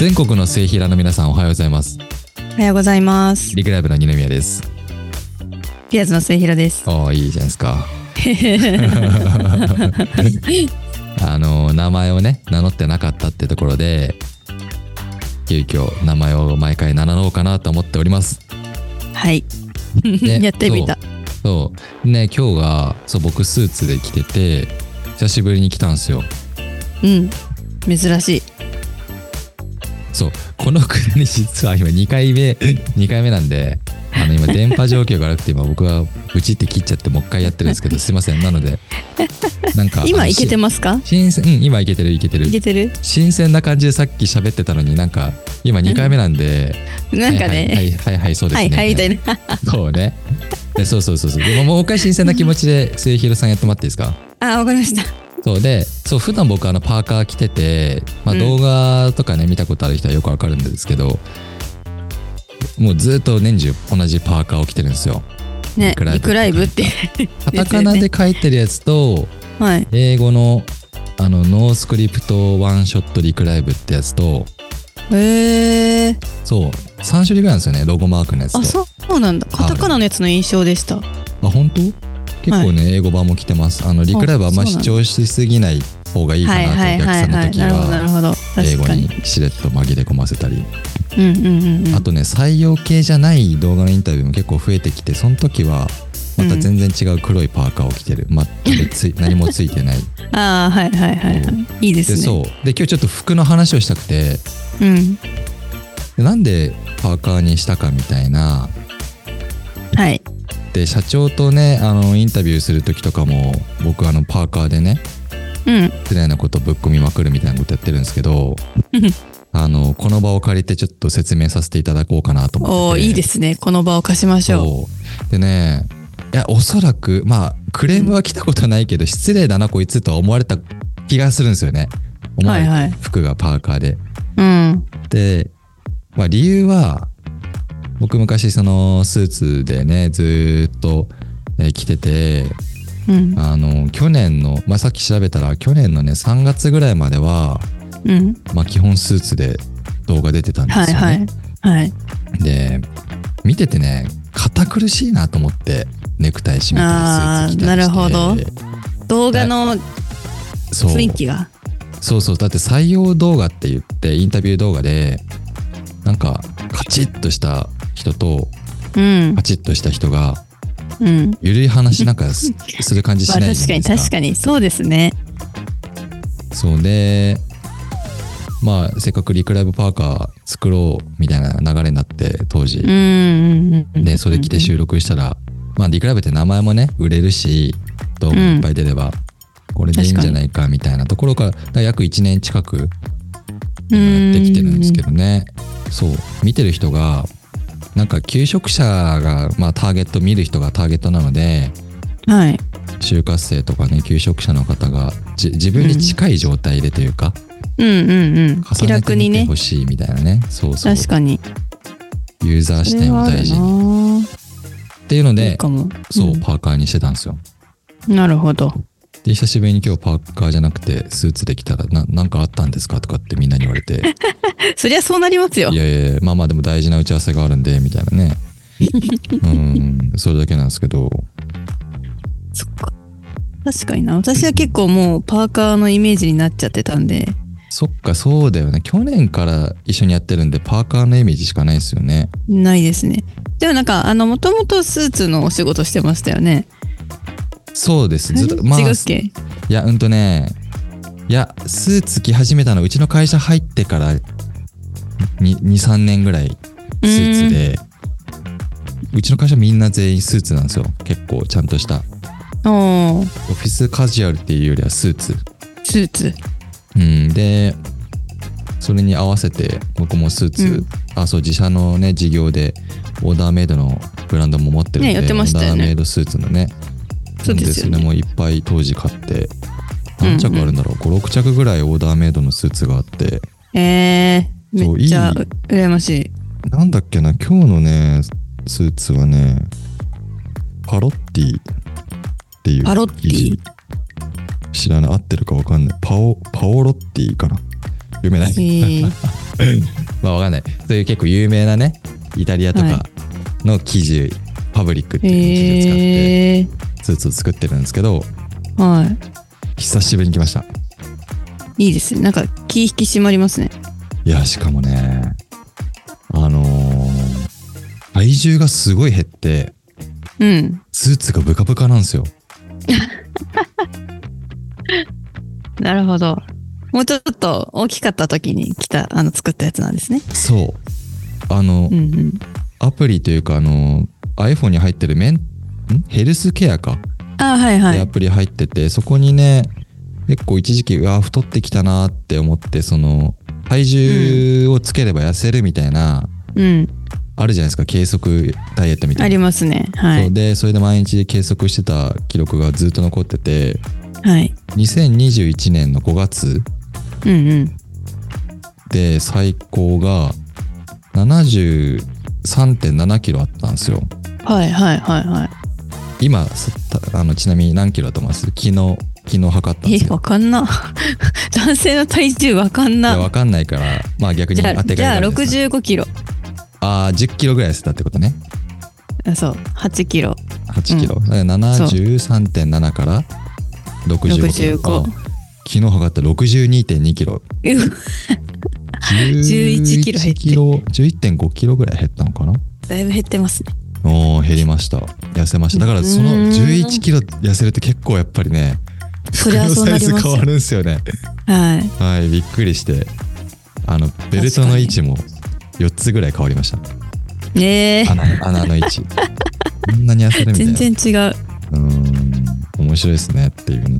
全国の末平の皆さんおはようございます。 おはようございます。 リクライブの二宮です。 ピアーズの末平です。 ああ、いいじゃないですか。名前をね名乗ってなかったってところで、急遽名前を毎回名乗ろうかなと思っております。 はい。 ね、 やってみた。 そうね、今日が僕スーツで来てて久しぶりに来たんですよ。 うん。珍しい。 そうこのくだり実は今2回目なんで、今電波状況が悪くて今僕はブチって切っちゃってもう一回やってるんですけど、すいません。なのでなんか今いけてますか？ 新鮮、今いけてる新鮮な感じでさっき喋ってたのに、なんか今2回目なんでなんかね、 はいそうですね、 はいみたいな。 そうね、そうでもう一回新鮮な気持ちで末広さんやってもらっていいですか？ あ、わかりました。 そう普段僕パーカー着てて、動画とかね見たことある人はよくわかるんですけど、もうずっと年中同じパーカーを着てるんですよ。 ね、リクライブってカタカナで書いてるやつと、 はい、 英語のノースクリプトワンショットリクライブってやつと、そう3種類ぐらいなんですよね、ロゴマークのやつと。 あ、そうなんだ。カタカナのやつの印象でした。 あ、本当？結構ね、英語版も来てます。リクライブあんまり主張しすぎない方がいいかなと、お客さんの時は英語にしれっと紛れ込ませたり、あとね、採用系じゃない動画のインタビューも結構増えてきて、その時はまた全然違う黒いパーカーを着てる、何もついてない。 ああ、はいいいですね。 で今日ちょっと服の話をしたくて、なんでパーカーにしたかみたいな。 はい。 で社長とねインタビューする時とかも僕パーカーでね、失礼なことぶっ込みまくるみたいなことやってるんですけど、この場を借りてちょっと説明させていただこうかなと思ってて。 いいですね。この場を貸しましょう。でね、いやおそらくクレームは来たことないけど、失礼だなこいつとは思われた気がするんですよね。服がパーカーで。で、理由は僕昔そのスーツでねずっと着てて、去年のさっき調べたら去年のね3月ぐらいまでは、基本スーツで動画出てたんですよね。で見ててね堅苦しいなと思って、ネクタイ締めたりスーツ着たりして。 なるほど。動画の雰囲気が。 そうだって採用動画って言ってインタビュー動画でなんかカチッとした人と、カチッとした人が、ゆるい話なんかする感じしないですか？ 確かにそうですね。 そうでせっかくリクライブパーカー作ろうみたいな流れになって当時、でそれ着て収録したら、リクライブって名前もね売れるし動画いっぱい出れば、これでいいんじゃないかみたいなところから約1年近くやってきてるんですけどね。そう見てる人がなんか求職者がターゲット見る人がターゲットなので、就活生とかね求職者の方が自分に近い状態でというか、 気楽にね重ねてみてほしいみたいなね。そう確かにユーザー視点を大事にっていうので、パーカーにしてたんですよ。 なるほど。 で久しぶりに今日パーカーじゃなくてスーツで来たらなんかあったんですかとかってみんなに言われてそりゃそうなりますよ。 いやでも大事な打ち合わせがあるんでみたいなねそれだけなんですけど。 そっか、確かにな。私は結構もうパーカーのイメージになっちゃってたんで。 そっか、そうだよね。去年から一緒にやってるんでパーカーのイメージしかないですよね。 ないですね。でもなんかもともとスーツのお仕事してましたよね。 そうです。ずっと違うっけ？ いやスーツ着始めたのうちの会社入ってから2,3 年ぐらいスーツで、うちの会社みんな全員スーツなんですよ。結構ちゃんとしたオフィスカジュアルっていうよりはスーツ。でそれに合わせて僕もスーツ、自社のね事業でオーダーメイドのブランドも持ってるんで、 やってましたよね。 オーダーメイドスーツのね、 そうですよね。 それもいっぱい当時買って、何着あるんだろう、5、6着ぐらいオーダーメイドのスーツがあって、 めっちゃ羨ましい。 なんだっけな、今日のねスーツはねパロッティっていう。 パロッティ？ 知らない、合ってるか分かんない。パオロッティかな、読めないまあわかんない。そういう結構有名なね、イタリアとかの生地、ファブリックっていう生地を使ってスーツを作ってるんですけど、 はい。 久しぶりに来ました。 いいですね。なんか気引き締まりますね。 いや、しかもね、体重がすごい減って、 うん。 スーツがブカブカなんですよ。 なるほど。もうちょっと大きかった時に作ったやつなんですね。 そう。アプリというか、iPhone に入ってるヘルスケアか。 はいはい。 アプリ入ってて、そこにね、結構一時期、太ってきたなって思って、体重をつければ痩せるみたいな、あるじゃないですか、計測ダイエットみたいな。 ありますね。はい。 それで毎日計測してた記録がずっと残ってて、 はい。 2021年の5月で最高が73.7 キロあったんですよ。 はいはいはいはい。 今、ちなみに何キロだと思います？昨日測ったんですよ。 わかんな。男性の体重わかんな。 いや、わかんないから、まあ逆に当てがいがじゃあ65キロ。 10キロぐらい痩せたってことね。 そう、8キロ。 8キロ。73.7 から65キロ。昨日測った 62.2 キロ。 11キロ減って。 11.5 キロぐらい減ったのかな？ だいぶ減ってますね。 減りました。痩せました。だからその11キロ痩せるって結構やっぱりね、 そりゃそうなりますよ。 服のサイズ変わるんですよね。はい。びっくりして、ベルトの位置も4つぐらい変わりました。穴の位置。こんなに痩せるみたいな。 全然違う。 面白いですねっていうね。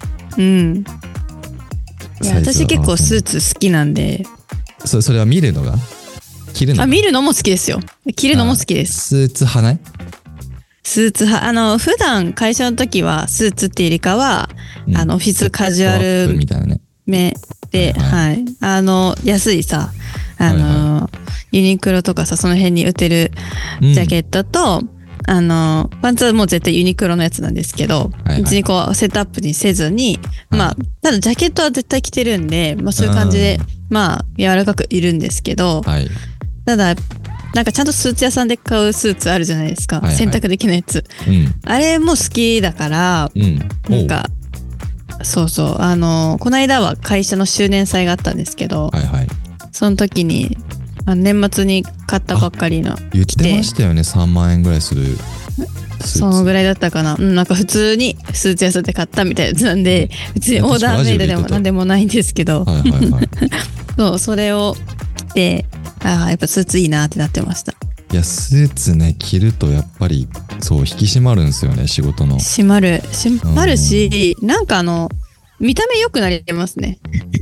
いや、私結構スーツ好きなんで。 それは見るのが？着るの？ 見るのも好きですよ。着るのも好きです。 スーツ派ない？ スーツ派。普段会社の時はスーツっていうよりかは、オフィスカジュアルみたいなね。 目で、はい。安いさ、ユニクロとかさ、その辺に売ってるジャケットと、パンツはもう絶対ユニクロのやつなんですけど、別にこうセットアップにせずに、まあ、ただジャケットは絶対着てるんで、まあそういう感じで、まあ柔らかくいるんですけど、ただ、なんかちゃんとスーツ屋さんで買うスーツあるじゃないですか。洗濯できないやつ。あれも好きだから、なんか、そうそう、この間は会社の周年祭があったんですけど、その時に、年末に買ったばっかりの。 言ってましたよね、3万円ぐらいする。 そのぐらいだったかな。なんか普通にスーツ屋さんで買ったみたいなやつなんで、別にオーダーメイドでもなんでもないんですけど、そう、それを着て、やっぱスーツいいなってなってました。 いや、スーツね、着るとやっぱり、そう、引き締まるんですよね、仕事の。 締まるし、なんか見た目良くなりますね。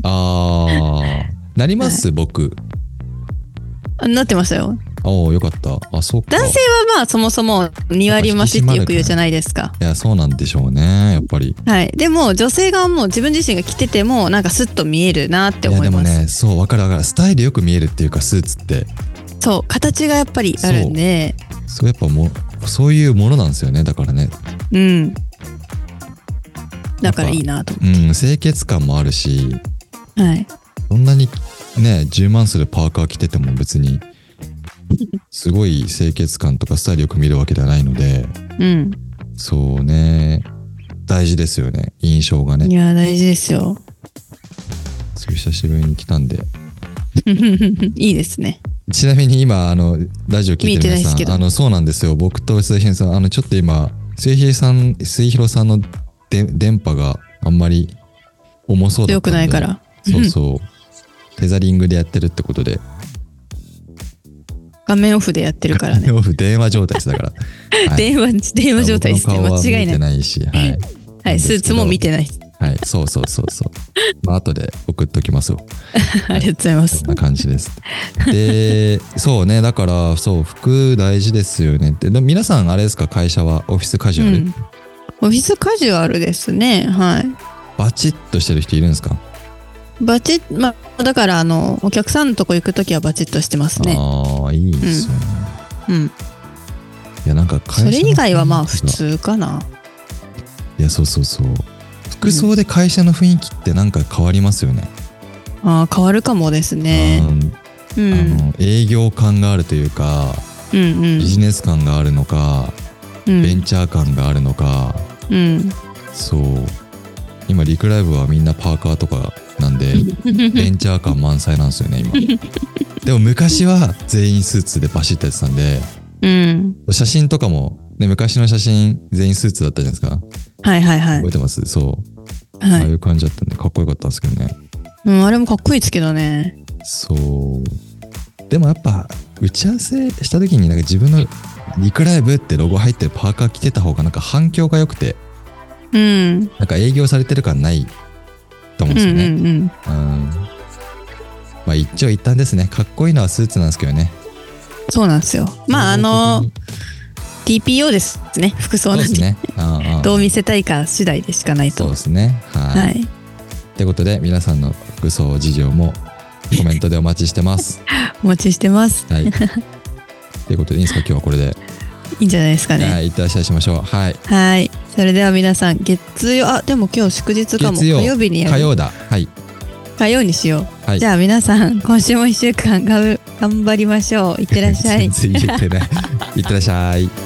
なります、僕。 なってましたよ。 よかった。そうか。 男性はまあそもそも2割増しってよく言うじゃないですか。 いや、そうなんでしょうね、やっぱり。 はい。でも女性がもう自分自身が着ててもなんかスッと見えるなって思います。 いやでもね、そう、わかる。スタイルよく見えるっていうか、スーツって。 そう、形がやっぱりあるんで。 そう、やっぱそういうものなんですよね、だからね。 だからいいなと思って。 清潔感もあるし、 はい。 そんなにね、10万するパーカー着てても別に、すごい清潔感とかスタイルよく見るわけではないので、そうね、大事ですよね、印象がね。 いや、大事ですよ。 そう、久しぶりに来たんで。 いいですね。 ちなみに今、ラジオ聞いてる皆さん、そうなんですよ。僕と末広さん、ちょっと今、末広さんの電波があんまり重そうだったんで。 強くないから。 そうそう。テザリングでやってるってことで。 画面オフでやってるからね。 画面オフ、電話状態ですだから。 電話状態ですね。間違いない。 顔は見てないし、 はい、スーツも見てない。 はい、そう。まあ、後で送っときますよ。 ありがとうございます。 そんな感じです。で、そうね、だから、そう、服大事ですよね。で、皆さん、あれですか、会社はオフィスカジュアル？ オフィスカジュアルですね。はい。 バチッとしてる人いるんですか？ バチッ、まあ、だからお客さんのとこ行くときはバチッとしてますね。 いいですよね。いや、なんか会社それ以外はまあ普通かな。 いや、そう。服装で会社の雰囲気ってなんか変わりますよね。 変わるかもですね。 うん、 営業感があるというか、 うんうん、 ビジネス感があるのか、 うん、 ベンチャー感があるのか、 うん、 そう今リクライブはみんなパーカーとかなんでベンチャー感満載なんですよね今。でも昔は全員スーツでバシッとやってたんで、 うん、 写真とかも、ね、昔の写真全員スーツだったじゃないですか。 はいはいはい。 覚えてます？そう、はい、ああいう感じだったんでかっこよかったんですけどね。 うん、あれもかっこいいですけどね。 そうでもやっぱ打ち合わせした時になんか自分のリクライブってロゴ入ってるパーカー着てた方がなんか反響が良くて、 うん、 なんか営業されてる感ないと思うんですよね。 うんうんうん、 まあ一長一短ですね。かっこいいのはスーツなんですけどね。 そうなんですよ。まあTPO ですね、服装なんで。そうですね。どう見せたいか次第でしかないと。 そうですね。はい。ということで皆さんの服装事情もコメントでお待ちしてます。 お待ちしてます。 はい。ということでいいですか、今日はこれで。 いいんじゃないですかね。 はい、いってらっしゃいしましょう。はい。 はい。それでは皆さん月曜、でも今日祝日かも。火曜日にやる。 火曜だ。はい。 火曜にしよう。 はい、 じゃあ皆さん今週も1週間頑張りましょう。いってらっしゃい。 全然言えてない。いってらっしゃい。